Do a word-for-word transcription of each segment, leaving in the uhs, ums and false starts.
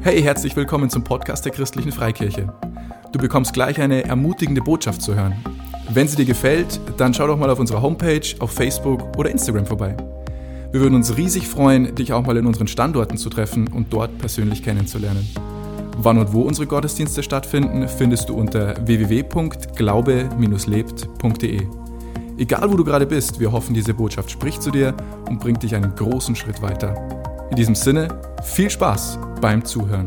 Hey, herzlich willkommen zum Podcast der Christlichen Freikirche. Du bekommst gleich eine ermutigende Botschaft zu hören. Wenn sie dir gefällt, dann schau doch mal auf unserer Homepage, auf Facebook oder Instagram vorbei. Wir würden uns riesig freuen, dich auch mal in unseren Standorten zu treffen und dort persönlich kennenzulernen. Wann und wo unsere Gottesdienste stattfinden, findest du unter w w w punkt glaube Bindestrich lebt punkt de. Egal wo du gerade bist, wir hoffen, diese Botschaft spricht zu dir und bringt dich einen großen Schritt weiter. In diesem Sinne, viel Spaß beim Zuhören.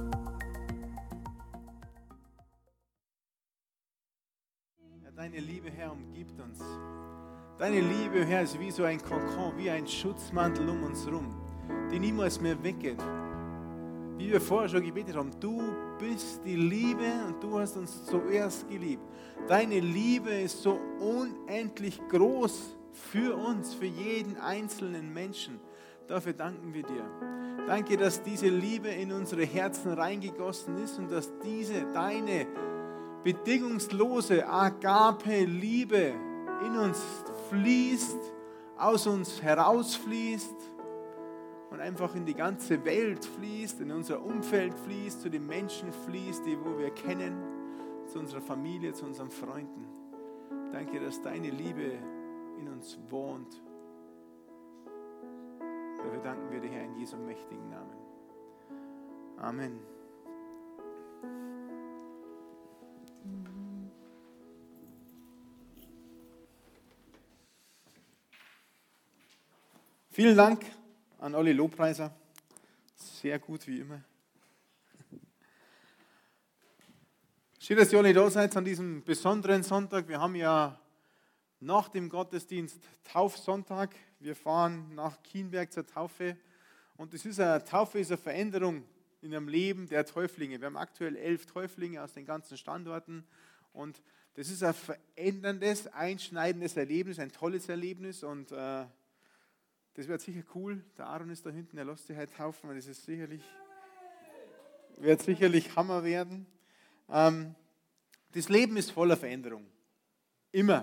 Ja, deine Liebe, Herr, umgibt uns. Deine Liebe, Herr, ist wie so ein Kokon, wie ein Schutzmantel um uns herum, die niemals mehr weggeht. Wie wir vorher schon gebetet haben, du bist die Liebe und du hast uns zuerst geliebt. Deine Liebe ist so unendlich groß für uns, für jeden einzelnen Menschen. Dafür danken wir dir. Danke, dass diese Liebe in unsere Herzen reingegossen ist und dass diese, deine bedingungslose Agape-Liebe in uns fließt, aus uns herausfließt und einfach in die ganze Welt fließt, in unser Umfeld fließt, zu den Menschen fließt, die wo wir kennen, zu unserer Familie, zu unseren Freunden. Danke, dass deine Liebe in uns wohnt. Dafür danken wir dir, Herr, in Jesu mächtigen Namen. Amen. Vielen Dank an Olli Lobpreiser. Sehr gut, wie immer. Schön, dass ihr alle da seid an diesem besonderen Sonntag. Wir haben ja nach dem Gottesdienst Taufsonntag. Wir fahren nach Kienberg zur Taufe. Und das ist eine Taufe, ist eine Veränderung in dem Leben der Täuflinge. Wir haben aktuell elf Täuflinge aus den ganzen Standorten. Und das ist ein veränderndes, einschneidendes Erlebnis, ein tolles Erlebnis. Und äh, das wird sicher cool. Der Aaron ist da hinten, der lässt sich heute taufen. Das ist sicherlich, wird sicherlich Hammer werden. Ähm, das Leben ist voller Veränderung. Immer.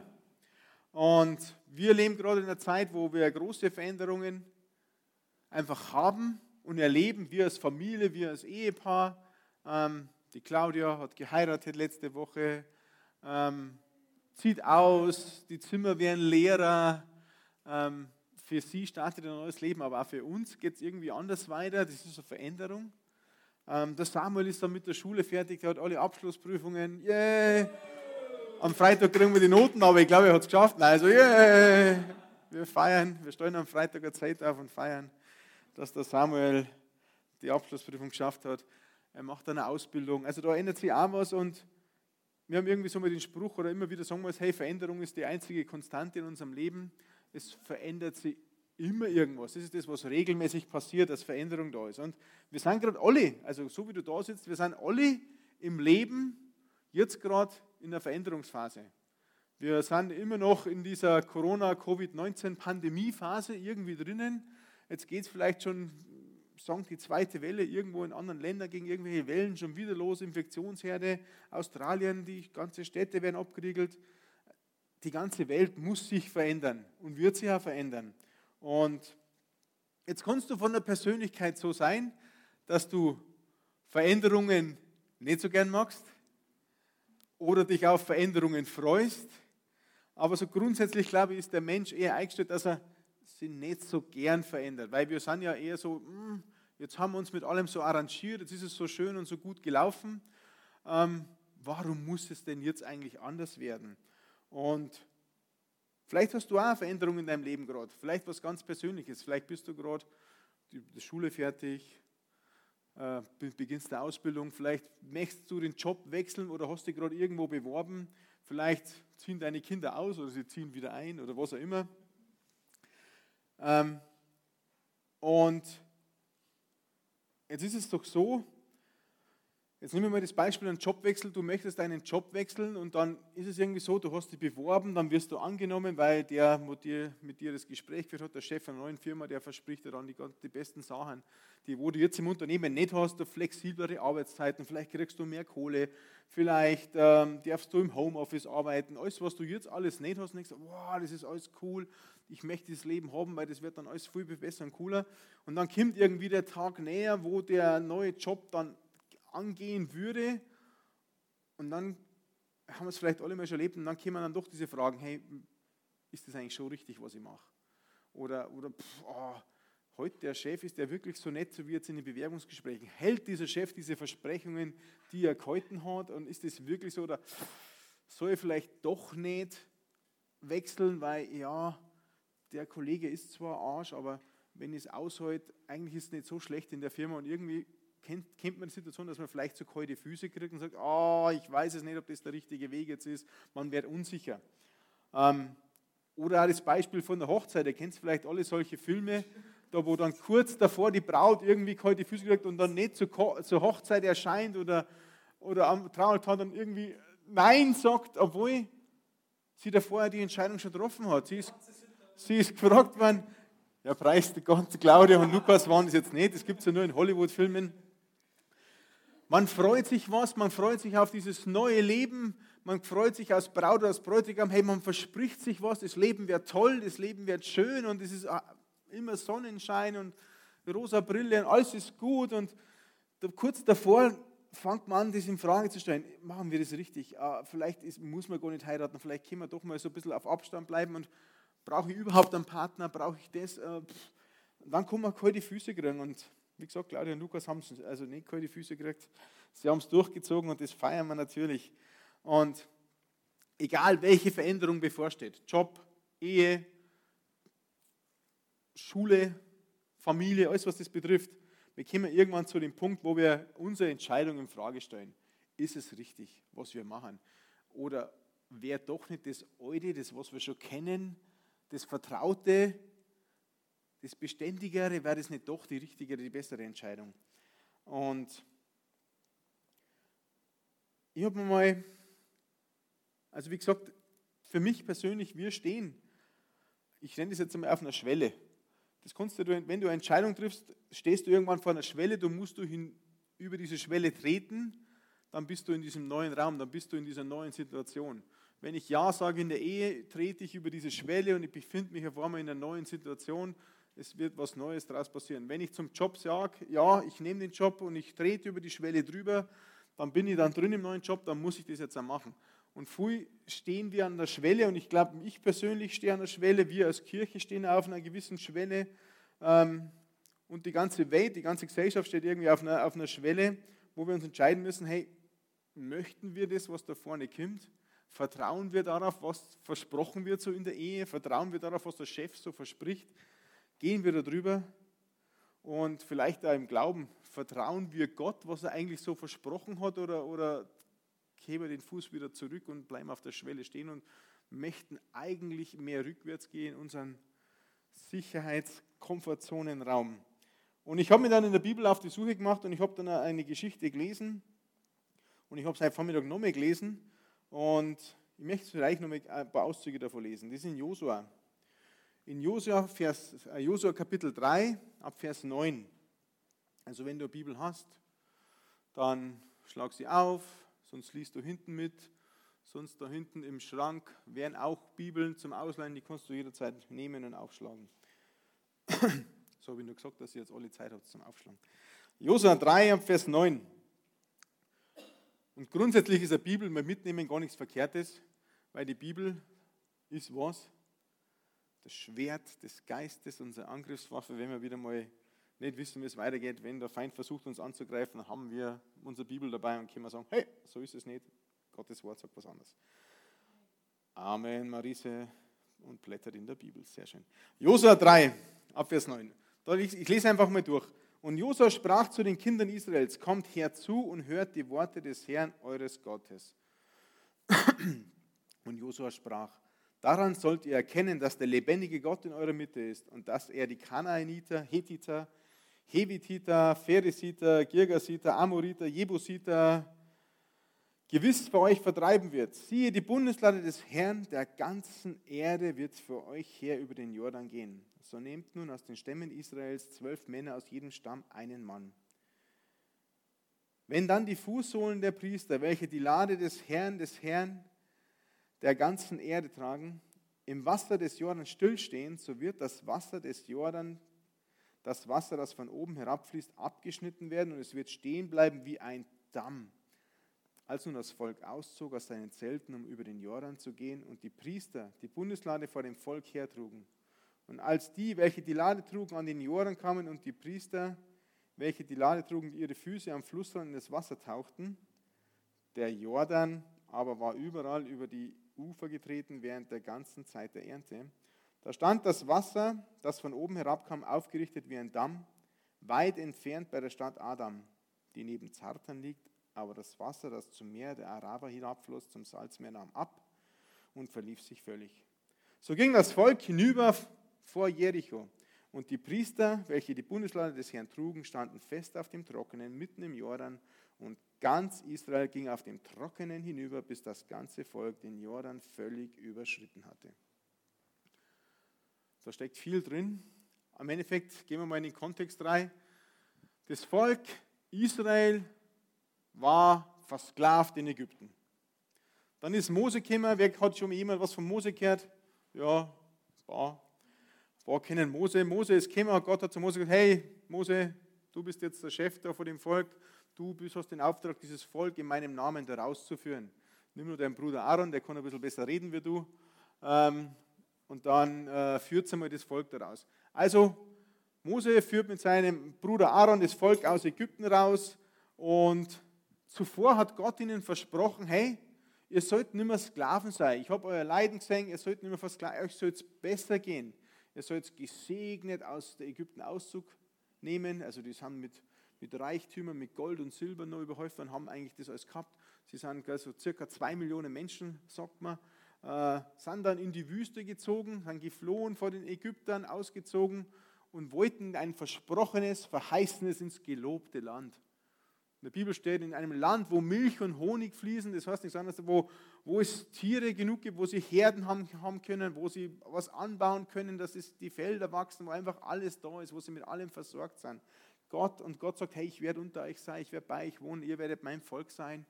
Und wir leben gerade in einer Zeit, wo wir große Veränderungen einfach haben und erleben. Wir als Familie, wir als Ehepaar. Ähm, die Claudia hat geheiratet letzte Woche, ähm, zieht aus, die Zimmer werden leerer. Ähm, für sie startet ein neues Leben, aber auch für uns geht es irgendwie anders weiter. Das ist eine Veränderung. Ähm, der Samuel ist dann mit der Schule fertig, der hat alle Abschlussprüfungen. Yeah. Am Freitag kriegen wir die Noten, aber ich glaube, er hat es geschafft. Also, yeah. Wir feiern, wir stellen am Freitag eine Zeit auf und feiern, dass der Samuel die Abschlussprüfung geschafft hat. Er macht eine Ausbildung. Also da ändert sich auch was und wir haben irgendwie so mal den Spruch oder immer wieder sagen wir es, hey, Veränderung ist die einzige Konstante in unserem Leben. Es verändert sich immer irgendwas. Das ist das, was regelmäßig passiert, dass Veränderung da ist. Und wir sind gerade alle, also so wie du da sitzt, wir sind alle im Leben jetzt gerade in einer Veränderungsphase. Wir sind immer noch in dieser Corona-Covid neunzehn Pandemie-Phase irgendwie drinnen. Jetzt geht es vielleicht schon, sagen die zweite Welle, irgendwo in anderen Ländern gegen irgendwelche Wellen schon wieder los, Infektionsherde. Australien, die ganzen Städte werden abgeriegelt. Die ganze Welt muss sich verändern und wird sich auch verändern. Und jetzt kannst du von der Persönlichkeit so sein, dass du Veränderungen nicht so gern magst oder dich auf Veränderungen freust. Aber so grundsätzlich, glaube ich, ist der Mensch eher eingestellt, dass er sich nicht so gern verändert. Weil wir sind ja eher so, mh, jetzt haben wir uns mit allem so arrangiert, jetzt ist es so schön und so gut gelaufen. Ähm, warum muss es denn jetzt eigentlich anders werden? Und vielleicht hast du auch eine Veränderung in deinem Leben gerade, vielleicht was ganz Persönliches, vielleicht bist du gerade die Schule fertig, äh, beginnst eine Ausbildung, vielleicht möchtest du den Job wechseln oder hast dich gerade irgendwo beworben, vielleicht ziehen deine Kinder aus oder sie ziehen wieder ein oder was auch immer. Ähm, und jetzt ist es doch so, jetzt nehmen wir mal das Beispiel, einen Jobwechsel, du möchtest einen Job wechseln und dann ist es irgendwie so, du hast dich beworben, dann wirst du angenommen, weil der mit dir, mit dir das Gespräch geführt hat, der Chef einer neuen Firma, der verspricht dir dann die, die besten Sachen, die wo du jetzt im Unternehmen nicht hast, du flexiblere Arbeitszeiten, vielleicht kriegst du mehr Kohle, vielleicht ähm, darfst du im Homeoffice arbeiten, alles was du jetzt alles nicht hast, und denkst, wow, das ist alles cool, ich möchte dieses Leben haben, weil das wird dann alles viel besser und cooler. Und dann kommt irgendwie der Tag näher, wo der neue Job dann angehen würde. Und dann haben wir es vielleicht alle mal schon erlebt und dann kommen dann doch diese Fragen, hey, ist das eigentlich schon richtig, was ich mache? Oder, oder pff, oh, heute der Chef, ist der wirklich so nett, so wie jetzt in den Bewerbungsgesprächen? Hält dieser Chef diese Versprechungen, die er gehalten hat? Und ist das wirklich so? Oder soll ich vielleicht doch nicht wechseln, weil ja, der Kollege ist zwar Arsch, aber wenn ich es aushalte, eigentlich ist es nicht so schlecht in der Firma und irgendwie kennt, kennt man die Situation, dass man vielleicht so kalte Füße kriegt und sagt, oh, ich weiß es nicht, ob das der richtige Weg jetzt ist, man wird unsicher. Ähm, oder auch das Beispiel von der Hochzeit, ihr kennt vielleicht alle solche Filme, da wo dann kurz davor die Braut irgendwie kalte Füße kriegt und dann nicht zur, zur Hochzeit erscheint oder, oder am Traualtar dann irgendwie Nein sagt, obwohl sie da vorher die Entscheidung schon getroffen hat. Sie ist, sie ist gefragt worden, ja, preis Gott, Claudia und Lukas waren es jetzt nicht, das gibt es ja nur in Hollywood-Filmen. Man freut sich was, man freut sich auf dieses neue Leben, man freut sich als Braut oder als Bräutigam, hey, man verspricht sich was, das Leben wird toll, das Leben wird schön und es ist immer Sonnenschein und rosa Brille und alles ist gut und kurz davor fängt man an, das in Frage zu stellen, machen wir das richtig, vielleicht ist, muss man gar nicht heiraten, vielleicht können wir doch mal so ein bisschen auf Abstand bleiben und brauche ich überhaupt einen Partner, brauche ich das, dann kann man kalte Füße kriegen und wie gesagt, Claudia und Lukas haben es also nicht kalte Füße gekriegt, sie haben es durchgezogen und das feiern wir natürlich. Und egal, welche Veränderung bevorsteht, Job, Ehe, Schule, Familie, alles was das betrifft, wir kommen irgendwann zu dem Punkt, wo wir unsere Entscheidung in Frage stellen. Ist es richtig, was wir machen? Oder wäre doch nicht das Alte, das was wir schon kennen, das Vertraute, das Beständigere, wäre das nicht doch die richtigere, die bessere Entscheidung? Und ich habe mir mal, also wie gesagt, für mich persönlich, wir stehen, ich nenne das jetzt einmal auf einer Schwelle. Das kannst du, wenn du eine Entscheidung triffst, stehst du irgendwann vor einer Schwelle, du musst du hin, über diese Schwelle treten, dann bist du in diesem neuen Raum, dann bist du in dieser neuen Situation. Wenn ich Ja sage in der Ehe, trete ich über diese Schwelle und ich befinde mich auf einmal in einer neuen Situation. Es wird was Neues daraus passieren. Wenn ich zum Job sage, ja, ich nehme den Job und ich trete über die Schwelle drüber, dann bin ich dann drin im neuen Job, dann muss ich das jetzt auch machen. Und viel stehen wir an der Schwelle und ich glaube, ich persönlich stehe an der Schwelle, wir als Kirche stehen auf einer gewissen Schwelle ähm, und die ganze Welt, die ganze Gesellschaft steht irgendwie auf einer, auf einer Schwelle, wo wir uns entscheiden müssen, hey, möchten wir das, was da vorne kommt? Vertrauen wir darauf, was versprochen wird so in der Ehe? Vertrauen wir darauf, was der Chef so verspricht? Gehen wir da drüber? Und vielleicht auch im Glauben, vertrauen wir Gott, was er eigentlich so versprochen hat, oder, oder heben wir den Fuß wieder zurück und bleiben auf der Schwelle stehen und möchten eigentlich mehr rückwärts gehen in unseren Sicherheits-Komfortzonenraum. Und ich habe mich dann in der Bibel auf die Suche gemacht und ich habe dann eine Geschichte gelesen und ich habe es heute Vormittag nochmal gelesen und ich möchte vielleicht noch mal ein paar Auszüge davon lesen. Das ist in Josua. In Josua, Vers, Josua Kapitel drei, ab Vers neun. Also wenn du eine Bibel hast, dann schlag sie auf, sonst liest du hinten mit, sonst da hinten im Schrank wären auch Bibeln zum Ausleihen, die kannst du jederzeit nehmen und aufschlagen. So habe ich nur gesagt, dass ihr jetzt alle Zeit habt zum Aufschlagen. Josua drei, ab Vers neun. Und grundsätzlich ist eine Bibel mal mitnehmen gar nichts Verkehrtes, weil die Bibel ist was? Das Schwert des Geistes, unsere Angriffswaffe, wenn wir wieder mal nicht wissen, wie es weitergeht. Wenn der Feind versucht, uns anzugreifen, dann haben wir unsere Bibel dabei und können sagen, hey, so ist es nicht. Gottes Wort sagt was anderes. Amen, Marise, und blättert in der Bibel. Sehr schön. Josua drei, ab Vers neun. Ich lese einfach mal durch. Und Josua sprach zu den Kindern Israels, kommt herzu und hört die Worte des Herrn, eures Gottes. Und Josua sprach, daran sollt ihr erkennen, dass der lebendige Gott in eurer Mitte ist und dass er die Kanaaniter, Hethiter, Hevititer, Pheresiter, Girgasiter, Amoriter, Jebusiter gewiss für euch vertreiben wird. Siehe, die Bundeslade des Herrn der ganzen Erde wird für euch her über den Jordan gehen. So nehmt nun aus den Stämmen Israels zwölf Männer aus jedem Stamm einen Mann. Wenn dann die Fußsohlen der Priester, welche die Lade des Herrn, des Herrn der ganzen Erde tragen, im Wasser des Jordan stillstehen, so wird das Wasser des Jordan, das Wasser, das von oben herabfließt, abgeschnitten werden und es wird stehen bleiben wie ein Damm. Als nun das Volk auszog aus seinen Zelten, um über den Jordan zu gehen, und die Priester die Bundeslade vor dem Volk hertrugen, und als die, welche die Lade trugen, an den Jordan kamen und die Priester, welche die Lade trugen, ihre Füße am Flussrand in das Wasser tauchten, der Jordan aber war überall über die Ufer getreten während der ganzen Zeit der Ernte. Da stand das Wasser, das von oben herabkam, aufgerichtet wie ein Damm, weit entfernt bei der Stadt Adam, die neben Zartan liegt, aber das Wasser, das zum Meer der Araber hinabfloss, zum Salzmeer, nahm ab und verlief sich völlig. So ging das Volk hinüber vor Jericho. Und die Priester, welche die Bundeslade des Herrn trugen, standen fest auf dem Trockenen, mitten im Jordan. Und ganz Israel ging auf dem Trockenen hinüber, bis das ganze Volk den Jordan völlig überschritten hatte. Da steckt viel drin. Am Endeffekt gehen wir mal in den Kontext rein. Das Volk Israel war versklavt in Ägypten. Dann ist Mose gekommen. Wer hat schon mal jemand was von Mose gehört? Ja, war. War kennen Mose. Mose ist gekommen. Gott hat zu Mose gesagt: Hey, Mose, du bist jetzt der Chef da von dem Volk. Du hast den Auftrag, dieses Volk in meinem Namen da rauszuführen. Nimm nur deinen Bruder Aaron, der kann ein bisschen besser reden wie du. Ähm, und dann äh, führt einmal das Volk da raus. Also, Mose führt mit seinem Bruder Aaron das Volk aus Ägypten raus. Und zuvor hat Gott ihnen versprochen: Hey, ihr sollt nicht mehr Sklaven sein. Ich habe euer Leiden gesehen, ihr sollt nicht mehr versklaven, euch soll es besser gehen. Ihr sollt gesegnet aus der Ägypten Auszug nehmen. Also die sind mit, mit Reichtümern, mit Gold und Silber noch überhäuft und haben eigentlich das alles gehabt. Sie sind so circa zwei Millionen Menschen, sagt man, äh, sind dann in die Wüste gezogen, sind geflohen vor den Ägyptern, ausgezogen und wollten ein versprochenes, verheißenes ins gelobte Land. In der Bibel steht, in einem Land, wo Milch und Honig fließen, das heißt nichts anderes, wo, wo es Tiere genug gibt, wo sie Herden haben, haben können, wo sie was anbauen können, dass es die Felder wachsen, wo einfach alles da ist, wo sie mit allem versorgt sind. Gott und Gott sagt: Hey, ich werde unter euch sein, ich werde bei euch wohnen, ihr werdet mein Volk sein.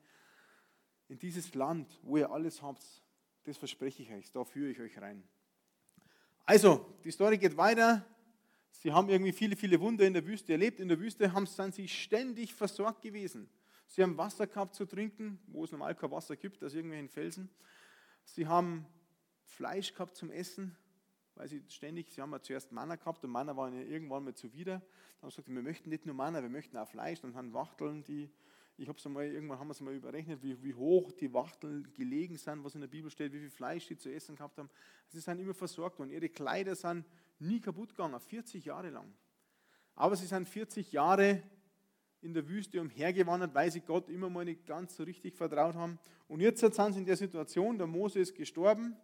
In dieses Land, wo ihr alles habt, das verspreche ich euch, da führe ich euch rein. Also, die Story geht weiter. Sie haben irgendwie viele, viele Wunder in der Wüste erlebt. In der Wüste haben, sind sie ständig versorgt gewesen. Sie haben Wasser gehabt zu trinken, wo es normal kein Wasser gibt, aus irgendwelchen Felsen. Sie haben Fleisch gehabt zum Essen, weil sie ständig, sie haben ja zuerst Manna gehabt und Manna war ihnen irgendwann mal zuwider. Dann haben sie gesagt, wir möchten nicht nur Manna, wir möchten auch Fleisch. Dann haben Wachteln, die, ich habe es mal, irgendwann haben wir es mal überrechnet, wie, wie hoch die Wachteln gelegen sind, was in der Bibel steht, wie viel Fleisch sie zu essen gehabt haben. Sie sind immer versorgt worden. Ihre Kleider sind nie kaputt gegangen, vierzig Jahre lang. Aber sie sind vierzig Jahre in der Wüste umhergewandert, weil sie Gott immer mal nicht ganz so richtig vertraut haben. Und jetzt sind sie in der Situation, der Mose ist gestorben.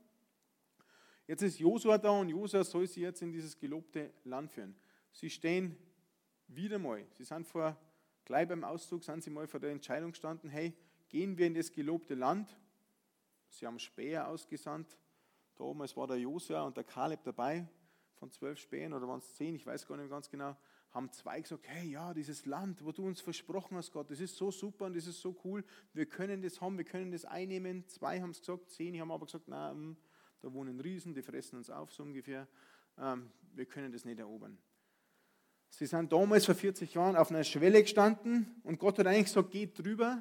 Jetzt ist Josua da und Josua soll sie jetzt in dieses gelobte Land führen. Sie stehen wieder mal, sie sind vor, gleich beim Auszug, sind sie mal vor der Entscheidung gestanden: Hey, gehen wir in das gelobte Land? Sie haben Späher ausgesandt. Da oben, es war der Josua und der Kaleb dabei. Von zwölf Spähen oder waren es zehn, ich weiß gar nicht ganz genau, haben zwei gesagt: Hey, ja, dieses Land, wo du uns versprochen hast, Gott, das ist so super und das ist so cool, wir können das haben, wir können das einnehmen. Zwei haben es gesagt, zehn haben aber gesagt: Na, da wohnen Riesen, die fressen uns auf, so ungefähr, ähm, wir können das nicht erobern. Sie sind damals vor vierzig Jahren auf einer Schwelle gestanden und Gott hat eigentlich gesagt: Geht drüber,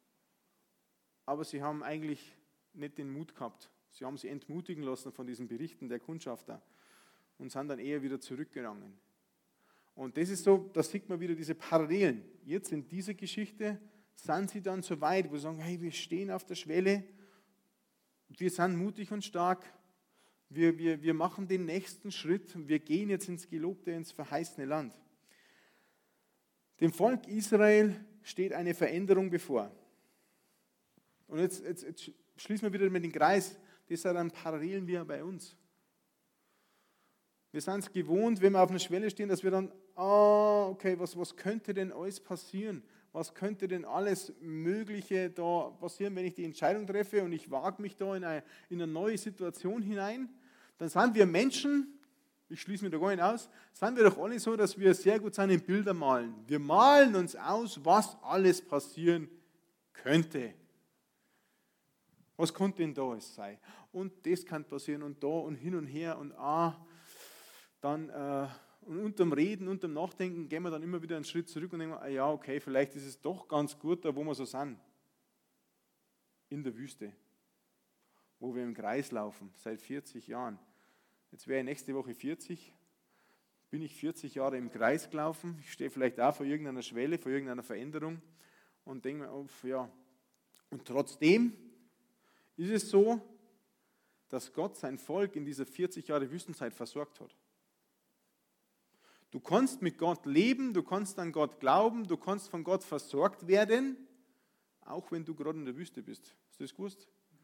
aber sie haben eigentlich nicht den Mut gehabt. Sie haben sich entmutigen lassen von diesen Berichten der Kundschafter und sind dann eher wieder zurückgegangen. Und das ist so, da sieht man wieder diese Parallelen. Jetzt in dieser Geschichte sind sie dann so weit, wo sie sagen: Hey, wir stehen auf der Schwelle, wir sind mutig und stark, wir, wir, wir machen den nächsten Schritt, wir gehen jetzt ins gelobte, ins verheißene Land. Dem Volk Israel steht eine Veränderung bevor. Und jetzt, jetzt, jetzt schließen wir wieder mit dem Kreis, das sind dann Parallelen wie bei uns. Wir sind es gewohnt, wenn wir auf einer Schwelle stehen, dass wir dann, ah, okay, was, was könnte denn alles passieren? Was könnte denn alles Mögliche da passieren, wenn ich die Entscheidung treffe und ich wage mich da in eine, in eine neue Situation hinein? Dann sind wir Menschen, ich schließe mich da gar nicht aus, sind wir doch alle so, dass wir sehr gut sind in Bilder malen. Wir malen uns aus, was alles passieren könnte. Was könnte denn da alles sein? und das kann passieren und da und hin und her und ah, dann äh, und unterm Reden, unterm Nachdenken gehen wir dann immer wieder einen Schritt zurück und denken, ah ja, okay, vielleicht ist es doch ganz gut da, wo wir so sind. In der Wüste, wo wir im Kreis laufen, seit vierzig Jahren. Jetzt wäre nächste Woche vierzig, bin ich vierzig Jahre im Kreis gelaufen, ich stehe vielleicht auch vor irgendeiner Schwelle, vor irgendeiner Veränderung und denke mir, oh, ja, und trotzdem ist es so, dass Gott sein Volk in dieser vierzig Jahre Wüstenzeit versorgt hat. Du kannst mit Gott leben, du kannst an Gott glauben, du kannst von Gott versorgt werden, auch wenn du gerade in der Wüste bist. Hast du das gewusst?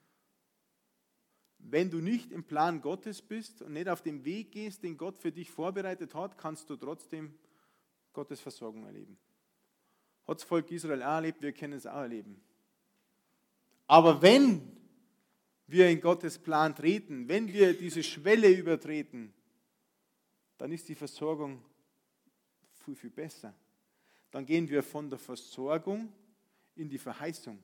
Wenn du nicht im Plan Gottes bist und nicht auf dem Weg gehst, den Gott für dich vorbereitet hat, kannst du trotzdem Gottes Versorgung erleben. Hat das Volk Israel auch erlebt, wir können es auch erleben. Aber wenn wir in Gottes Plan treten, wenn wir diese Schwelle übertreten, dann ist die Versorgung viel, viel besser. Dann gehen wir von der Versorgung in die Verheißung.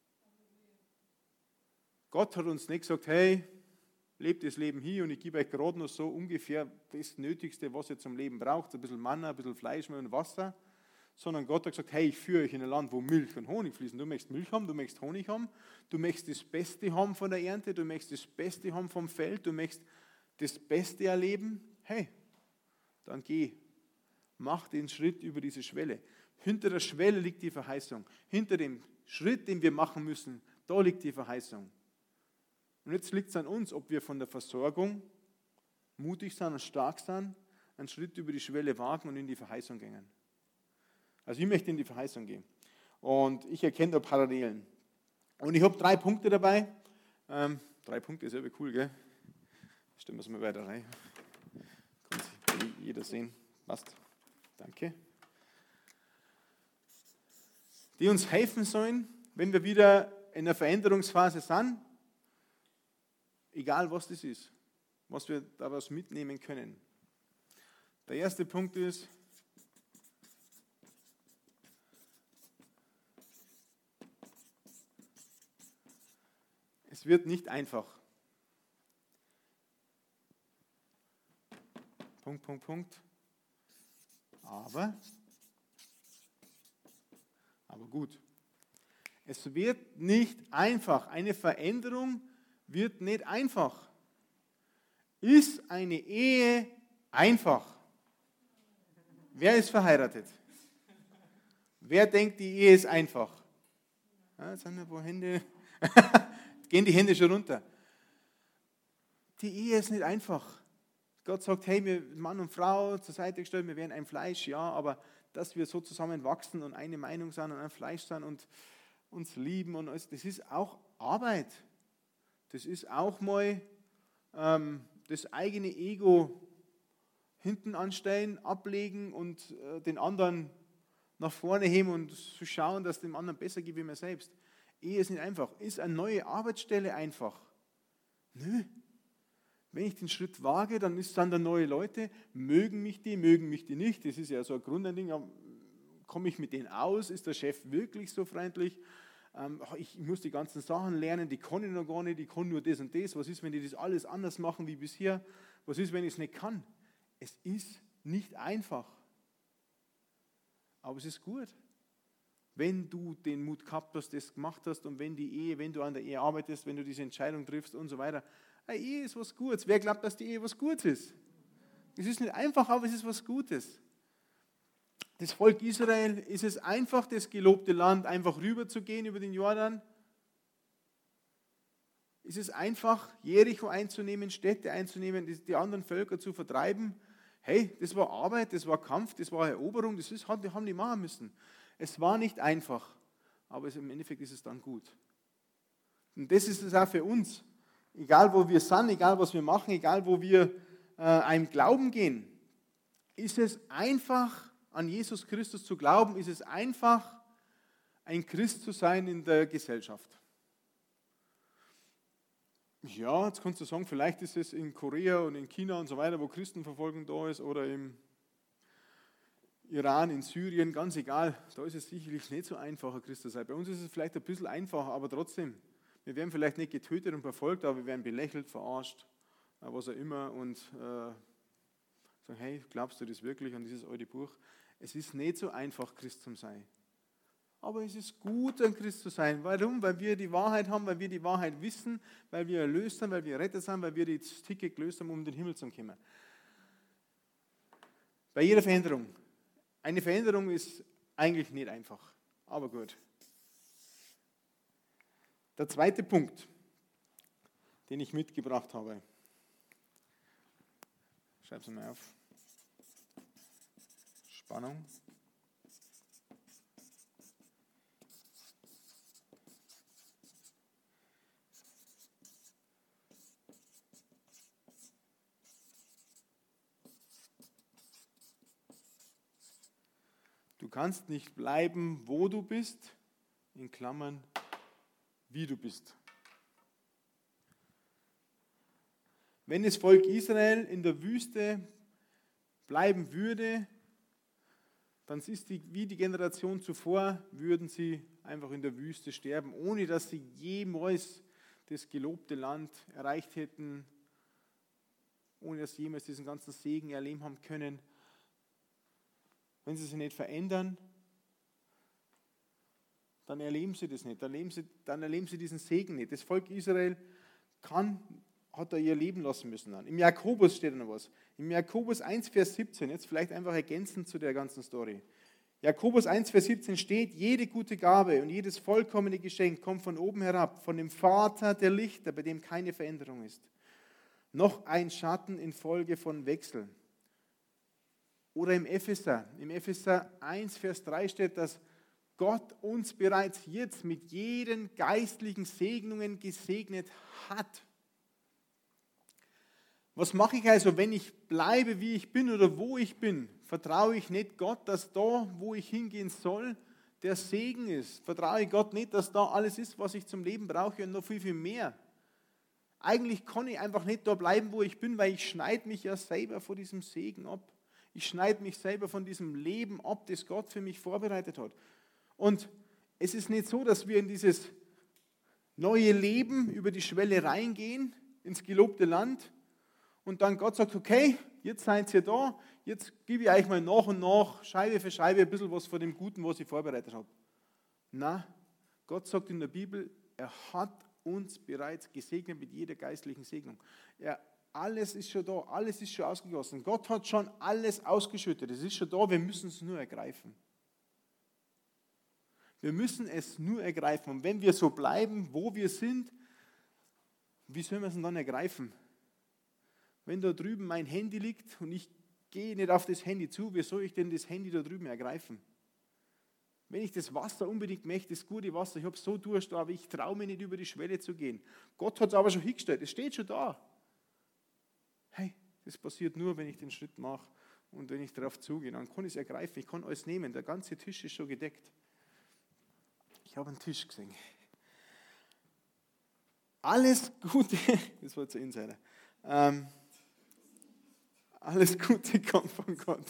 Gott hat uns nicht gesagt, hey, lebt das Leben hier und ich gebe euch gerade noch so ungefähr das Nötigste, was ihr zum Leben braucht, ein bisschen Manna, ein bisschen Fleisch und Wasser, sondern Gott hat gesagt, hey, ich führe euch in ein Land, wo Milch und Honig fließen. Du möchtest Milch haben, du möchtest Honig haben, du möchtest das Beste haben von der Ernte, du möchtest das Beste haben vom Feld, du möchtest das Beste erleben. Hey, dann geh, mach den Schritt über diese Schwelle. Hinter der Schwelle liegt die Verheißung. Hinter dem Schritt, den wir machen müssen, da liegt die Verheißung. Und jetzt liegt es an uns, ob wir von der Versorgung mutig sind und stark sind, einen Schritt über die Schwelle wagen und in die Verheißung gehen. Also ich möchte in die Verheißung gehen. Und ich erkenne da Parallelen. Und ich habe drei Punkte dabei. Ähm, drei Punkte ist aber cool, gell? Stellen wir es mal weiter rein. Kann sich jeder sehen. Passt. Danke. Die uns helfen sollen, wenn wir wieder in einer Veränderungsphase sind, egal was das ist, was wir daraus mitnehmen können. Der erste Punkt ist, es wird nicht einfach. Punkt, Punkt, Punkt. Aber, aber gut. Es wird nicht einfach. Eine Veränderung wird nicht einfach. Ist eine Ehe einfach? Wer ist verheiratet? Wer denkt, die Ehe ist einfach? Ja, jetzt sind ein paar Hände. Gehen die Hände schon runter. Die Ehe ist nicht einfach. Gott sagt, hey, wir Mann und Frau zur Seite gestellt, wir wären ein Fleisch, ja, aber dass wir so zusammen wachsen und eine Meinung sind und ein Fleisch sind und uns lieben und alles, das ist auch Arbeit. Das ist auch mal ähm, das eigene Ego hinten anstellen, ablegen und äh, den anderen nach vorne heben und zu schauen, dass es dem anderen besser geht wie mir selbst. Ehe ist nicht einfach. Ist eine neue Arbeitsstelle einfach? Nö. Wenn ich den Schritt wage, dann ist dann da neue Leute, mögen mich die, mögen mich die nicht. Das ist ja so ein Grundding. Komme ich mit denen aus? Ist der Chef wirklich so freundlich? Ähm, ich muss die ganzen Sachen lernen, die kann ich noch gar nicht, ich kann nur das und das. Was ist, wenn die das alles anders machen wie bisher? Was ist, wenn ich es nicht kann? Es ist nicht einfach. Aber es ist gut. Wenn du den Mut gehabt hast, das gemacht hast und wenn die Ehe, wenn du an der Ehe arbeitest, wenn du diese Entscheidung triffst und so weiter. Eine Ehe ist was Gutes. Wer glaubt, dass die Ehe was Gutes ist? Es ist nicht einfach, aber es ist was Gutes. Das Volk Israel, ist es einfach, das gelobte Land einfach rüberzugehen über den Jordan? Ist es einfach, Jericho einzunehmen, Städte einzunehmen, die anderen Völker zu vertreiben? Hey, das war Arbeit, das war Kampf, das war Eroberung, das ist, haben die machen müssen. Es war nicht einfach, aber im Endeffekt ist es dann gut. Und das ist es auch für uns. Egal wo wir sind, egal was wir machen, egal wo wir äh, einem Glauben gehen, ist es einfach, an Jesus Christus zu glauben, ist es einfach, ein Christ zu sein in der Gesellschaft. Ja, jetzt kannst du sagen, vielleicht ist es in Korea und in China und so weiter, wo Christenverfolgung da ist, oder im Iran, in Syrien, ganz egal, da ist es sicherlich nicht so einfach, ein Christ zu sein. Bei uns ist es vielleicht ein bisschen einfacher, aber trotzdem, Wir werden vielleicht nicht getötet und verfolgt, aber wir werden belächelt, verarscht, was auch immer und äh, sagen, hey, glaubst du das wirklich an dieses alte Buch? Es ist nicht so einfach, Christ zu sein. Aber es ist gut, ein Christ zu sein. Warum? Weil wir die Wahrheit haben, weil wir die Wahrheit wissen, weil wir erlöst sind, weil wir errettet sind, weil wir das Ticket gelöst haben, um in den Himmel zu kommen. Bei jeder Veränderung. Eine Veränderung ist eigentlich nicht einfach, aber gut. Der zweite Punkt, den ich mitgebracht habe. Schreib es mal auf. Spannung. Du kannst nicht bleiben, wo du bist, in Klammern, wie du bist. Wenn das Volk Israel in der Wüste bleiben würde, dann ist die, wie die Generation zuvor, würden sie einfach in der Wüste sterben, ohne dass sie jemals das gelobte Land erreicht hätten, ohne dass sie jemals diesen ganzen Segen erleben haben können. Wenn sie sich nicht verändern, dann erleben sie das nicht, dann erleben sie, dann erleben sie diesen Segen nicht. Das Volk Israel kann, hat da ihr Leben lassen müssen. Dann. Im Jakobus steht noch was. Im Jakobus eins, Vers siebzehn, jetzt vielleicht einfach ergänzend zu der ganzen Story. Jakobus eins, Vers siebzehn steht, jede gute Gabe und jedes vollkommene Geschenk kommt von oben herab, von dem Vater der Lichter, bei dem keine Veränderung ist. Noch ein Schatten infolge von Wechseln. Oder im Epheser, im Epheser eins, Vers drei steht, dass Gott uns bereits jetzt mit jeden geistlichen Segnungen gesegnet hat. Was mache ich also, wenn ich bleibe, wie ich bin oder wo ich bin? Vertraue ich nicht Gott, dass da, wo ich hingehen soll, der Segen ist? Vertraue ich Gott nicht, dass da alles ist, was ich zum Leben brauche und noch viel, viel mehr? Eigentlich kann ich einfach nicht da bleiben, wo ich bin, weil ich schneide mich ja selber vor diesem Segen ab. Ich schneide mich selber von diesem Leben ab, das Gott für mich vorbereitet hat. Und es ist nicht so, dass wir in dieses neue Leben über die Schwelle reingehen, ins gelobte Land, und dann Gott sagt, okay, jetzt seid ihr da, jetzt gebe ich euch mal nach und nach, Scheibe für Scheibe, ein bisschen was von dem Guten, was ich vorbereitet habe. Nein, Gott sagt in der Bibel, er hat uns bereits gesegnet mit jeder geistlichen Segnung. Er, alles ist schon da, alles ist schon ausgegossen. Gott hat schon alles ausgeschüttet, es ist schon da, wir müssen es nur ergreifen. Wir müssen es nur ergreifen. Und wenn wir so bleiben, wo wir sind, wie sollen wir es denn dann ergreifen? Wenn da drüben mein Handy liegt und ich gehe nicht auf das Handy zu, wie soll ich denn das Handy da drüben ergreifen? Wenn ich das Wasser unbedingt möchte, das gute Wasser, ich habe so Durst, aber ich traue mich nicht über die Schwelle zu gehen. Gott hat es aber schon hingestellt, es steht schon da. Hey, das passiert nur, wenn ich den Schritt mache und wenn ich darauf zugehe. Dann kann ich es ergreifen, ich kann alles nehmen, der ganze Tisch ist schon gedeckt. Ich habe einen Tisch gesehen. Alles Gute, das war zu Insider. Ähm, alles Gute kommt von Gott.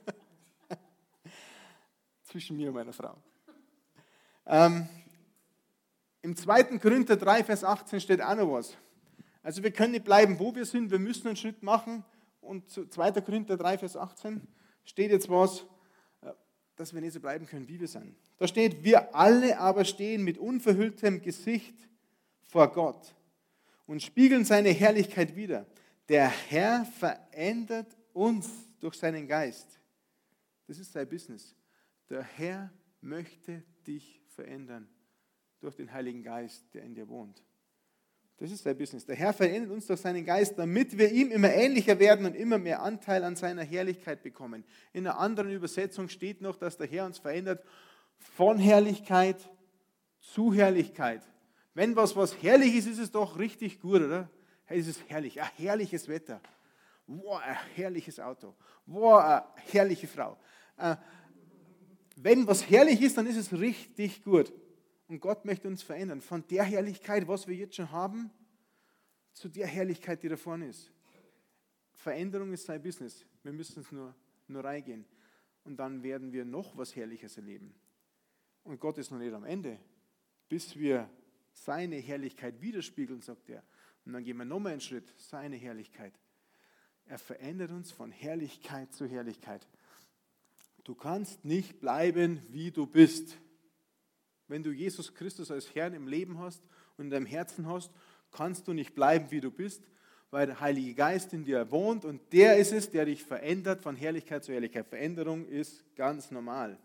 Zwischen mir und meiner Frau. Ähm, Im zweiten Korinther drei, Vers achtzehn steht auch noch was. Also wir können nicht bleiben, wo wir sind, wir müssen einen Schritt machen. Und zu zweiter Korinther drei, Vers achtzehn steht jetzt was, dass wir nicht so bleiben können, wie wir sind. Da steht, wir alle aber stehen mit unverhülltem Gesicht vor Gott und spiegeln seine Herrlichkeit wider. Der Herr verändert uns durch seinen Geist. Das ist sein Business. Der Herr möchte dich verändern durch den Heiligen Geist, der in dir wohnt. Das ist sein Business. Der Herr verändert uns durch seinen Geist, damit wir ihm immer ähnlicher werden und immer mehr Anteil an seiner Herrlichkeit bekommen. In einer anderen Übersetzung steht noch, dass der Herr uns verändert von Herrlichkeit zu Herrlichkeit. Wenn was was herrlich ist, ist es doch richtig gut, oder? Hey, es ist herrlich, ein herrliches Wetter. Wow, ein herrliches Auto. Wow, eine herrliche Frau. Wenn was herrlich ist, dann ist es richtig gut. Und Gott möchte uns verändern. Von der Herrlichkeit, was wir jetzt schon haben, zu der Herrlichkeit, die da vorne ist. Veränderung ist sein Business. Wir müssen es nur, nur reingehen. Und dann werden wir noch was Herrliches erleben. Und Gott ist noch nicht am Ende. Bis wir seine Herrlichkeit widerspiegeln, sagt er. Und dann gehen wir nochmal einen Schritt, seine Herrlichkeit. Er verändert uns von Herrlichkeit zu Herrlichkeit. Du kannst nicht bleiben, wie du bist. Wenn du Jesus Christus als Herrn im Leben hast und in deinem Herzen hast, kannst du nicht bleiben, wie du bist, weil der Heilige Geist in dir wohnt und der ist es, der dich verändert von Herrlichkeit zu Herrlichkeit. Veränderung ist ganz normal.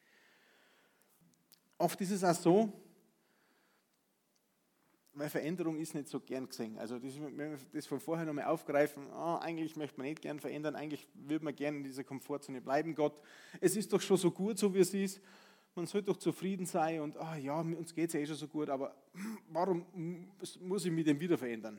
Oft ist es auch so, weil Veränderung ist nicht so gern gesehen. Also das, wenn wir das von vorher nochmal aufgreifen, oh, eigentlich möchte man nicht gern verändern, eigentlich würde man gerne in dieser Komfortzone bleiben. Gott, es ist doch schon so gut, so wie es ist. Man soll doch zufrieden sein und oh, ja, uns geht es ja eh schon so gut, aber warum muss ich mich denn wieder verändern?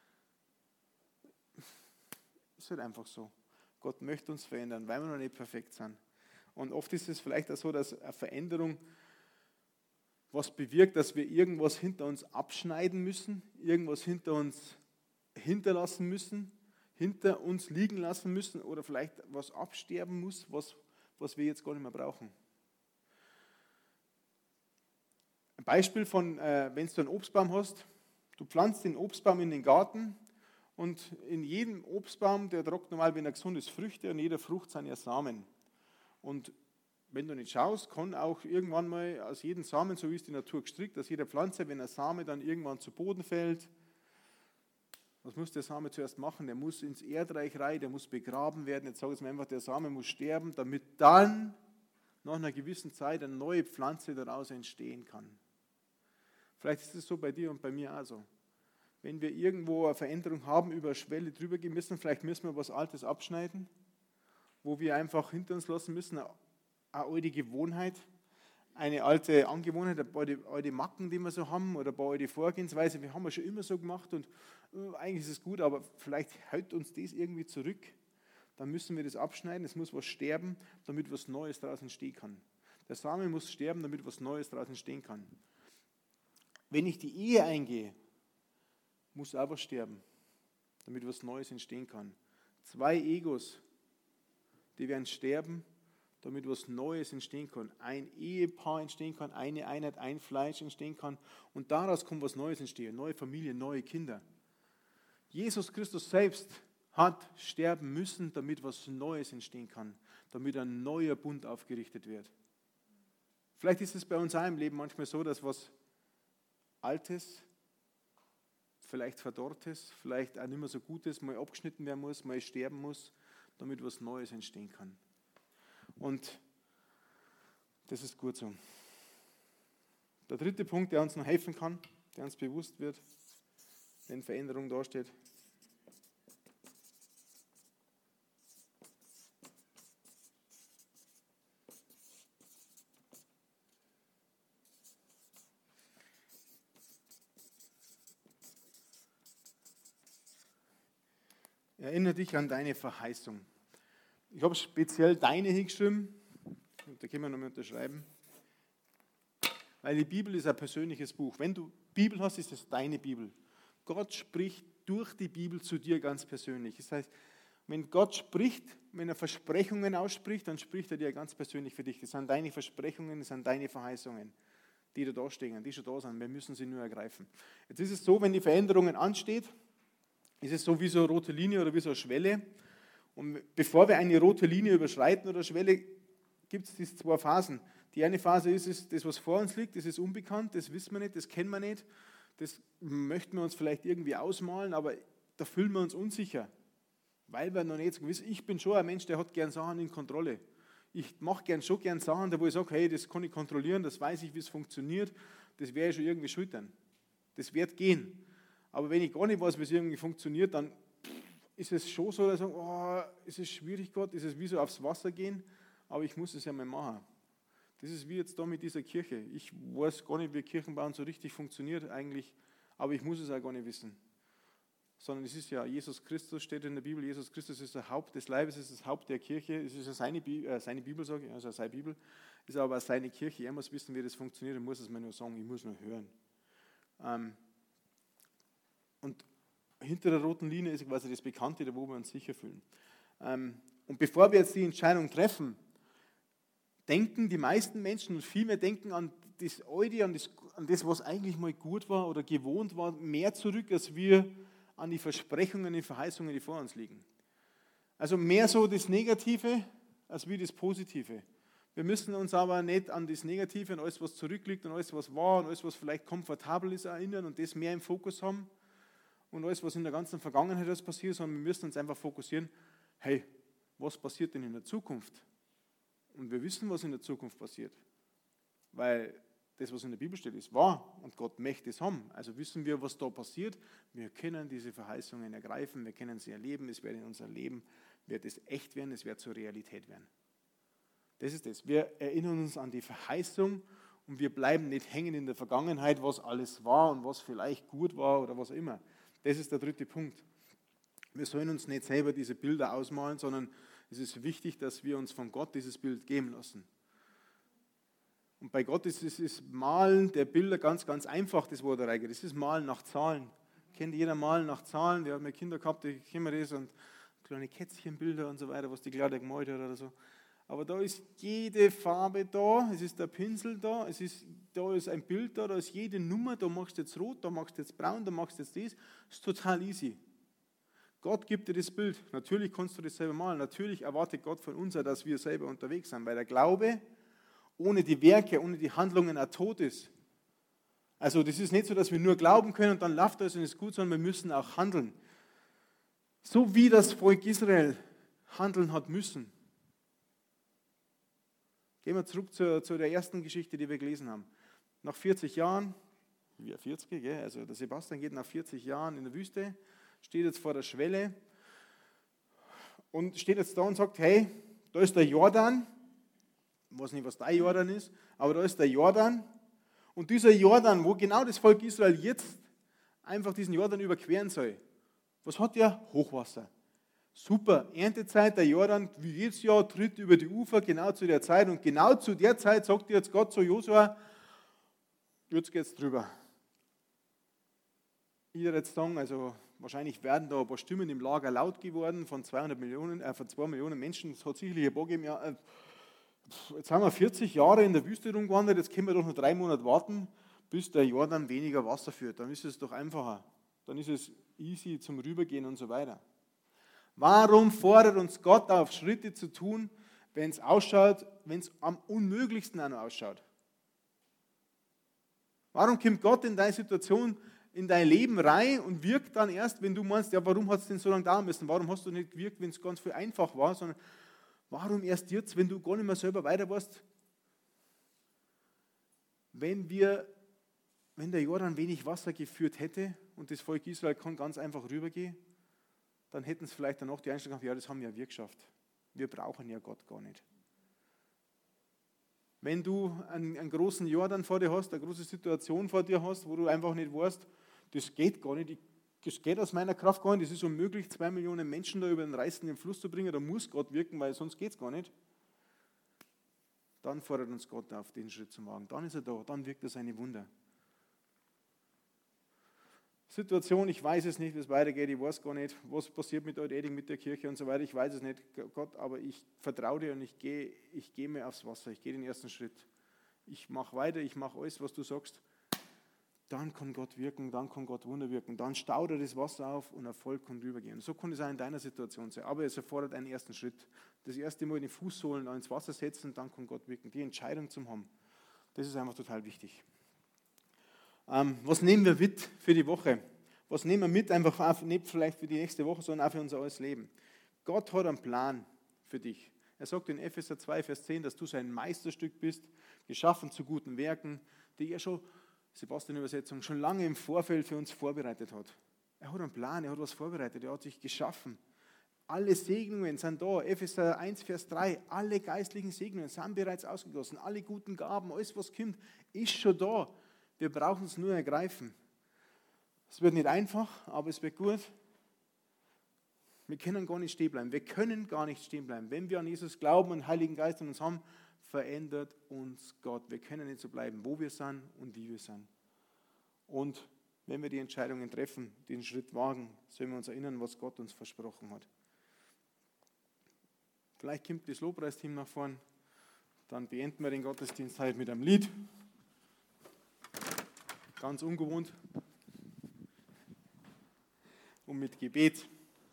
Ist halt einfach so. Gott möchte uns verändern, weil wir noch nicht perfekt sind. Und oft ist es vielleicht auch so, dass eine Veränderung was bewirkt, dass wir irgendwas hinter uns abschneiden müssen, irgendwas hinter uns hinterlassen müssen, hinter uns liegen lassen müssen oder vielleicht was absterben muss, was, was wir jetzt gar nicht mehr brauchen. Ein Beispiel von, äh, wenn du einen Obstbaum hast, du pflanzt den Obstbaum in den Garten und in jedem Obstbaum, der trägt normal, wenn er gesund ist, Früchte und jeder Frucht sind ja Samen. Und wenn du nicht schaust, kann auch irgendwann mal aus jedem Samen, so wie es die Natur gestrickt, aus jeder Pflanze, wenn ein Same dann irgendwann zu Boden fällt, was muss der Same zuerst machen? Der muss ins Erdreich rein, der muss begraben werden. Jetzt sage ich mal einfach, der Same muss sterben, damit dann nach einer gewissen Zeit eine neue Pflanze daraus entstehen kann. Vielleicht ist es so bei dir und bei mir auch so. Wenn wir irgendwo eine Veränderung haben, über eine Schwelle drüber gehen müssen, vielleicht müssen wir was Altes abschneiden, wo wir einfach hinter uns lassen müssen, eine alte Gewohnheit, eine alte Angewohnheit, ein paar alte Macken, die wir so haben oder ein paar alte Vorgehensweise. Wir haben ja schon immer so gemacht und äh, eigentlich ist es gut, aber vielleicht hält uns das irgendwie zurück. Dann müssen wir das abschneiden, es muss was sterben, damit was Neues daraus entstehen kann. Der Samen muss sterben, damit was Neues daraus entstehen kann. Wenn ich die Ehe eingehe, muss auch was sterben, damit was Neues entstehen kann. Zwei Egos, die werden sterben, damit was Neues entstehen kann. Ein Ehepaar entstehen kann, eine Einheit, ein Fleisch entstehen kann und daraus kommt was Neues entstehen, neue Familie, neue Kinder. Jesus Christus selbst hat sterben müssen, damit was Neues entstehen kann, damit ein neuer Bund aufgerichtet wird. Vielleicht ist es bei uns auch im Leben manchmal so, dass was Altes, vielleicht Verdorrtes, vielleicht auch nicht mehr so Gutes mal abgeschnitten werden muss, mal sterben muss, damit was Neues entstehen kann. Und das ist gut so. Der dritte Punkt, der uns noch helfen kann, der uns bewusst wird, wenn Veränderung dasteht. Erinnere dich an deine Verheißung. Ich habe speziell deine hingeschrieben, und da können wir nochmal unterschreiben, weil die Bibel ist ein persönliches Buch. Wenn du Bibel hast, ist es deine Bibel. Gott spricht durch die Bibel zu dir ganz persönlich. Das heißt, wenn Gott spricht, wenn er Versprechungen ausspricht, dann spricht er dir ganz persönlich für dich. Das sind deine Versprechungen, das sind deine Verheißungen, die da da stehen, die schon da sind. Wir müssen sie nur ergreifen. Jetzt ist es so, wenn die Veränderungen ansteht, ist es so wie so eine rote Linie oder wie so eine Schwelle. Und bevor wir eine rote Linie überschreiten oder Schwelle, gibt es diese zwei Phasen. Die eine Phase ist, ist das, was vor uns liegt, das ist unbekannt, das wissen wir nicht, das kennen wir nicht. Das möchten wir uns vielleicht irgendwie ausmalen, aber da fühlen wir uns unsicher, weil wir noch nicht so wissen. Ich bin schon ein Mensch, der hat gern Sachen in Kontrolle. Ich mache gern schon gern Sachen, da wo ich sage, hey, das kann ich kontrollieren, das weiß ich, wie es funktioniert, das werde ich schon irgendwie schultern. Das wird gehen. Aber wenn ich gar nicht weiß, wie es irgendwie funktioniert, dann ist es schon so, dass ich sage, oh, ist es schwierig, Gott, ist es wie so aufs Wasser gehen, aber ich muss es ja mal machen. Das ist wie jetzt da mit dieser Kirche. Ich weiß gar nicht, wie Kirchenbauen so richtig funktioniert eigentlich, aber ich muss es auch gar nicht wissen. Sondern es ist ja, Jesus Christus steht in der Bibel, Jesus Christus ist das Haupt des Leibes, ist das Haupt der Kirche, es ist ja seine, Bi- äh, seine Bibel, sage ich, also seine Bibel, ist aber auch seine Kirche. Er muss wissen, wie das funktioniert, er muss es mir nur sagen, ich muss nur hören. Ähm, und hinter der roten Linie ist quasi das Bekannte, da wo wir uns sicher fühlen. Ähm, und bevor wir jetzt die Entscheidung treffen, denken die meisten Menschen und viel mehr denken an das Alte, an das, an das, was eigentlich mal gut war oder gewohnt war, mehr zurück, als wir an die Versprechungen, die Verheißungen, die vor uns liegen. Also mehr so das Negative, als wie das Positive. Wir müssen uns aber nicht an das Negative, an alles, was zurückliegt, an alles, was war, an alles, was vielleicht komfortabel ist, erinnern und das mehr im Fokus haben und alles, was in der ganzen Vergangenheit ist passiert, sondern wir müssen uns einfach fokussieren, hey, was passiert denn in der Zukunft? Und wir wissen, was in der Zukunft passiert, weil das, was in der Bibel steht, ist wahr und Gott möchte es haben. Also wissen wir, was da passiert. Wir können diese Verheißungen ergreifen, wir können sie erleben, es wird in unserem Leben, wird es echt werden, es wird zur Realität werden. Das ist es. Wir erinnern uns an die Verheißung und wir bleiben nicht hängen in der Vergangenheit, was alles war und was vielleicht gut war oder was immer. Das ist der dritte Punkt. Wir sollen uns nicht selber diese Bilder ausmalen, sondern es ist wichtig, dass wir uns von Gott dieses Bild geben lassen. Und bei Gott ist das Malen der Bilder ganz, ganz einfach, das Wort Reiger. Das ist Malen nach Zahlen. Kennt jeder Malen nach Zahlen? Wir haben ja Kinder gehabt, die kennen das und kleine Kätzchenbilder und so weiter, was die Kleider gemalt hat oder so. Aber da ist jede Farbe da, es ist der Pinsel da, es ist, da ist ein Bild da, da ist jede Nummer, da machst du jetzt rot, da machst du jetzt braun, da machst du jetzt das. Das ist total easy. Gott gibt dir das Bild. Natürlich kannst du das selber malen. Natürlich erwartet Gott von uns, dass wir selber unterwegs sind, weil der Glaube ohne die Werke, ohne die Handlungen ein Tod ist. Also das ist nicht so, dass wir nur glauben können und dann läuft alles und ist gut, sondern wir müssen auch handeln. So wie das Volk Israel handeln hat müssen. Gehen wir zurück zu, zu der ersten Geschichte, die wir gelesen haben. Nach vierzig Jahren, wie vierzig, gell? Also der Sebastian geht nach vierzig Jahren in der Wüste, steht jetzt vor der Schwelle und steht jetzt da und sagt, hey, da ist der Jordan, ich weiß nicht, was der Jordan ist, aber da ist der Jordan und dieser Jordan, wo genau das Volk Israel jetzt einfach diesen Jordan überqueren soll, was hat der? Hochwasser. Super, Erntezeit, der Jordan, wie jedes Jahr, tritt über die Ufer, genau zu der Zeit. Und genau zu der Zeit sagt jetzt Gott zu Josua, jetzt geht's drüber. Ich würde jetzt sagen, also wahrscheinlich werden da ein paar Stimmen im Lager laut geworden von zweihundert Millionen, äh, von zwei Millionen Menschen. Es hat sicherlich ein paar gegeben, ja, äh, jetzt haben wir vierzig Jahre in der Wüste rumgewandert, jetzt können wir doch noch drei Monate warten, bis der Jordan weniger Wasser führt. Dann ist es doch einfacher. Dann ist es easy zum Rübergehen und so weiter. Warum fordert uns Gott auf, Schritte zu tun, wenn es ausschaut, wenn es am unmöglichsten auch noch ausschaut? Warum kommt Gott in deine Situation, in dein Leben rein und wirkt dann erst, wenn du meinst, ja, warum hat es denn so lange dauern müssen? Warum hast du nicht gewirkt, wenn es ganz viel einfach war, sondern warum erst jetzt, wenn du gar nicht mehr selber weiter warst? Wenn wir, wenn der Jordan wenig Wasser geführt hätte und das Volk Israel kann ganz einfach rübergehen, dann hätten es vielleicht danach die Einstellung gehabt, ja, das haben ja wir geschafft. Wir brauchen ja Gott gar nicht. Wenn du einen, einen großen Jordan vor dir hast, eine große Situation vor dir hast, wo du einfach nicht weißt, das geht gar nicht, ich, das geht aus meiner Kraft gar nicht, das ist unmöglich, zwei Millionen Menschen da über den reißenden Fluss zu bringen, da muss Gott wirken, weil sonst geht es gar nicht. Dann fordert uns Gott auf, den Schritt zu machen. Dann ist er da, dann wirkt er seine Wunder. Situation, ich weiß es nicht, wie es weitergeht, ich weiß gar nicht, was passiert mit Eudeding, mit der Kirche und so weiter, ich weiß es nicht, Gott, aber ich vertraue dir und ich gehe ich gehe mir aufs Wasser, ich gehe den ersten Schritt. Ich mache weiter, ich mache alles, was du sagst. Dann kann Gott wirken, dann kann Gott Wunder wirken, dann staut er das Wasser auf und Erfolg kann rübergehen. So kann es auch in deiner Situation sein, aber es erfordert einen ersten Schritt. Das erste Mal die Fußsohlen ins Wasser setzen, dann kann Gott wirken. Die Entscheidung zu haben, das ist einfach total wichtig. Ähm, was nehmen wir mit für die Woche? Was nehmen wir mit, einfach nicht vielleicht für die nächste Woche, sondern auch für unser alles Leben? Gott hat einen Plan für dich. Er sagt in Epheser zwei, Vers zehn, dass du sein Meisterstück bist, geschaffen zu guten Werken, die er schon, Sebastian-Übersetzung, schon lange im Vorfeld für uns vorbereitet hat. Er hat einen Plan, er hat was vorbereitet, er hat sich geschaffen. Alle Segnungen sind da. Epheser eins, Vers drei, alle geistlichen Segnungen sind bereits ausgegossen. Alle guten Gaben, alles was kommt, ist schon da. Wir brauchen es nur ergreifen. Es wird nicht einfach, aber es wird gut. Wir können gar nicht stehen bleiben. Wir können gar nicht stehen bleiben. Wenn wir an Jesus glauben und den Heiligen Geist in uns haben, verändert uns Gott. Wir können nicht so bleiben, wo wir sind und wie wir sind. Und wenn wir die Entscheidungen treffen, den Schritt wagen, sollen wir uns erinnern, was Gott uns versprochen hat. Vielleicht kommt das Lobpreisteam nach vorn. Dann beenden wir den Gottesdienst halt mit einem Lied. ganz ungewohnt. Und mit Gebet.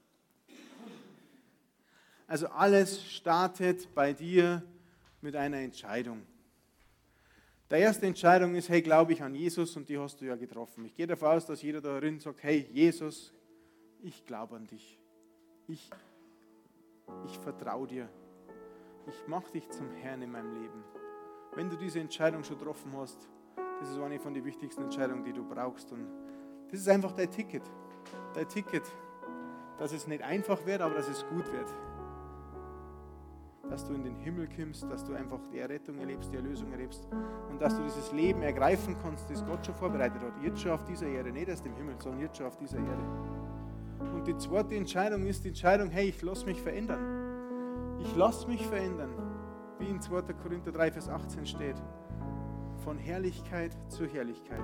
Also alles startet bei dir mit einer Entscheidung. Die erste Entscheidung ist, hey, glaube ich an Jesus, und die hast du ja getroffen. Ich gehe davon aus, dass jeder darin sagt, hey, Jesus, ich glaube an dich. Ich, ich vertraue dir. Ich mache dich zum Herrn in meinem Leben. Wenn du diese Entscheidung schon getroffen hast, das ist eine von den wichtigsten Entscheidungen, die du brauchst. Und das ist einfach dein Ticket. Dein Ticket, dass es nicht einfach wird, aber dass es gut wird. Dass du in den Himmel kommst, dass du einfach die Errettung erlebst, die Erlösung erlebst und dass du dieses Leben ergreifen kannst, das Gott schon vorbereitet hat. Jetzt schon auf dieser Erde, nicht erst im Himmel, sondern jetzt schon auf dieser Erde. Und die zweite Entscheidung ist die Entscheidung, hey, ich lasse mich verändern. Ich lasse mich verändern, wie in zweiter Korinther drei, Vers achtzehn steht. Von Herrlichkeit zu Herrlichkeit.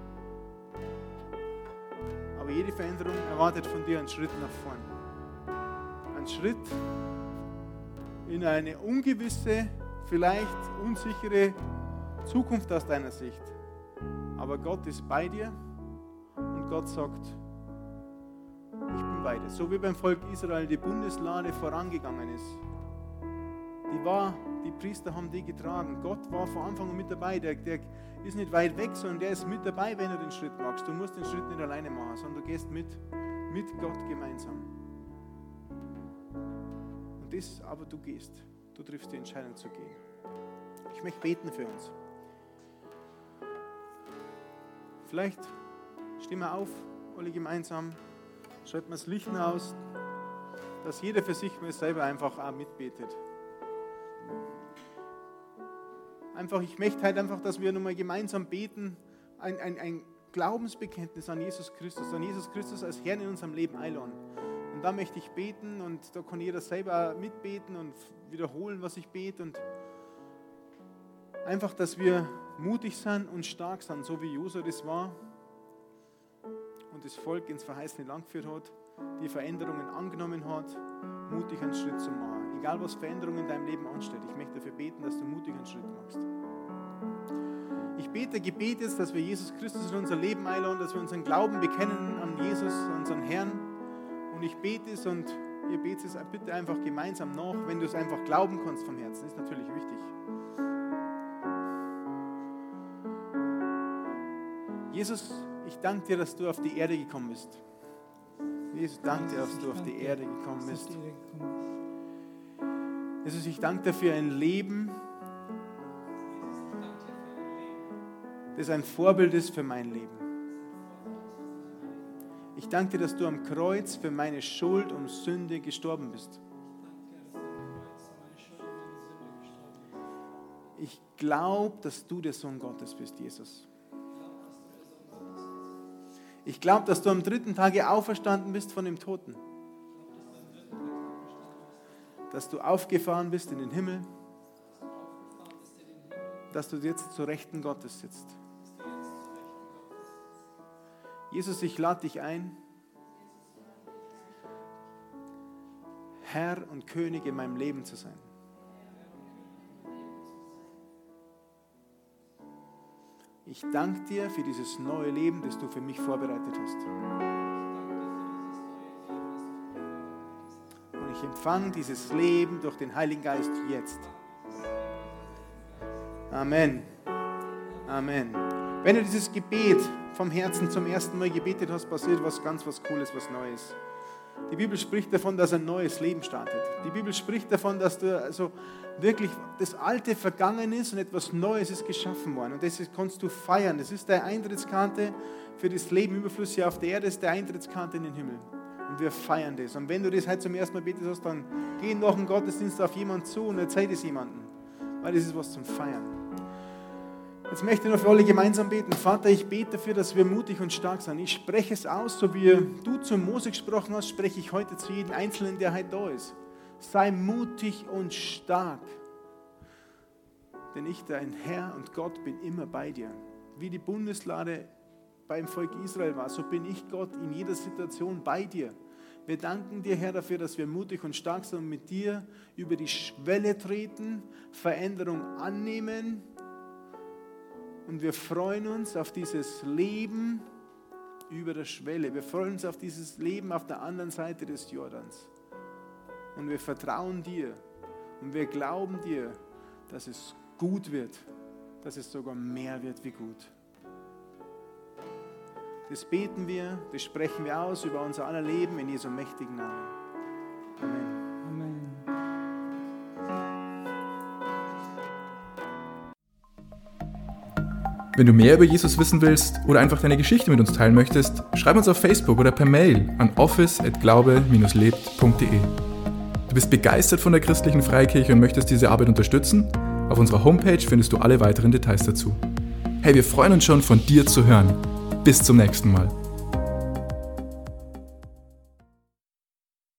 Aber jede Veränderung erwartet von dir einen Schritt nach vorn. Einen Schritt in eine ungewisse, vielleicht unsichere Zukunft aus deiner Sicht. Aber Gott ist bei dir und Gott sagt, ich bin bei dir. So wie beim Volk Israel die Bundeslade vorangegangen ist. Die war, die Priester haben die getragen. Gott war von Anfang an mit dabei. Der, der ist nicht weit weg, sondern der ist mit dabei, wenn du den Schritt machst. Du musst den Schritt nicht alleine machen, sondern du gehst mit, mit Gott gemeinsam. Und das aber du gehst. Du triffst die Entscheidung zu gehen. Ich möchte beten für uns. Vielleicht stehen wir auf, alle gemeinsam, schalten wir das Licht aus, dass jeder für sich mal selber einfach auch mitbetet. Einfach, ich möchte halt einfach, dass wir nochmal gemeinsam beten, ein, ein, ein Glaubensbekenntnis an Jesus Christus, an Jesus Christus als Herrn in unserem Leben einladen. Und da möchte ich beten und da kann jeder selber mitbeten und wiederholen, was ich bete. Und einfach, dass wir mutig sind und stark sind, so wie Josua das war und das Volk ins verheißene Land geführt hat, die Veränderungen angenommen hat, mutig einen Schritt zu machen. Egal, was Veränderungen in deinem Leben ansteht, ich möchte dafür beten, dass du mutig einen Schritt machst. Ich bete Gebet jetzt, dass wir Jesus Christus in unser Leben einladen, dass wir unseren Glauben bekennen an Jesus, an unseren Herrn. Und ich bete es und ihr betet es bitte einfach gemeinsam nach, wenn du es einfach glauben kannst vom Herzen. Das ist natürlich wichtig. Jesus, ich danke dir, dass du auf die Erde gekommen bist. Jesus, danke dir, dass du auf die Erde gekommen bist. Jesus, ich danke dir für ein Leben, das ein Vorbild ist für mein Leben. Ich danke dir, dass du am Kreuz für meine Schuld und Sünde gestorben bist. Ich glaube, dass du der Sohn Gottes bist, Jesus. Ich glaube, dass du am dritten Tage auferstanden bist von dem Toten. Dass du aufgefahren bist in den Himmel. Dass du jetzt zur Rechten Gottes sitzt. Jesus, ich lade dich ein, Herr und König in meinem Leben zu sein. Ich danke dir für dieses neue Leben, das du für mich vorbereitet hast. Und ich empfange dieses Leben durch den Heiligen Geist jetzt. Amen. Amen. Wenn du dieses Gebet vom Herzen zum ersten Mal gebetet hast, passiert was ganz was Cooles, was Neues. Die Bibel spricht davon, dass ein neues Leben startet. Die Bibel spricht davon, dass du also wirklich das Alte vergangen ist und etwas Neues ist geschaffen worden. Und das kannst du feiern. Das ist deine Eintrittskarte für das Leben Überfluss hier auf der Erde, das ist deine Eintrittskarte in den Himmel. Und wir feiern das. Und wenn du das heute zum ersten Mal betet hast, dann geh nach dem Gottesdienst auf jemanden zu und erzähl das jemandem. Weil das ist was zum Feiern. Jetzt möchte ich noch für alle gemeinsam beten. Vater, ich bete dafür, dass wir mutig und stark sind. Ich spreche es aus, so wie du zu Mose gesprochen hast, spreche ich heute zu jedem Einzelnen, der heute da ist. Sei mutig und stark. Denn ich, dein Herr und Gott, bin immer bei dir. Wie die Bundeslade beim Volk Israel war, so bin ich Gott in jeder Situation bei dir. Wir danken dir, Herr, dafür, dass wir mutig und stark sind und mit dir über die Schwelle treten, Veränderung annehmen Und wir freuen uns auf dieses Leben über der Schwelle. Wir freuen uns auf dieses Leben auf der anderen Seite des Jordans. Und wir vertrauen dir und wir glauben dir, dass es gut wird, dass es sogar mehr wird wie gut. Das beten wir, das sprechen wir aus über unser aller Leben in Jesu mächtigen Namen. Amen. Amen. Wenn du mehr über Jesus wissen willst oder einfach deine Geschichte mit uns teilen möchtest, schreib uns auf Facebook oder per Mail an office at glaube dash lebt punkt de. Du bist begeistert von der christlichen Freikirche und möchtest diese Arbeit unterstützen? Auf unserer Homepage findest du alle weiteren Details dazu. Hey, wir freuen uns schon, von dir zu hören. Bis zum nächsten Mal.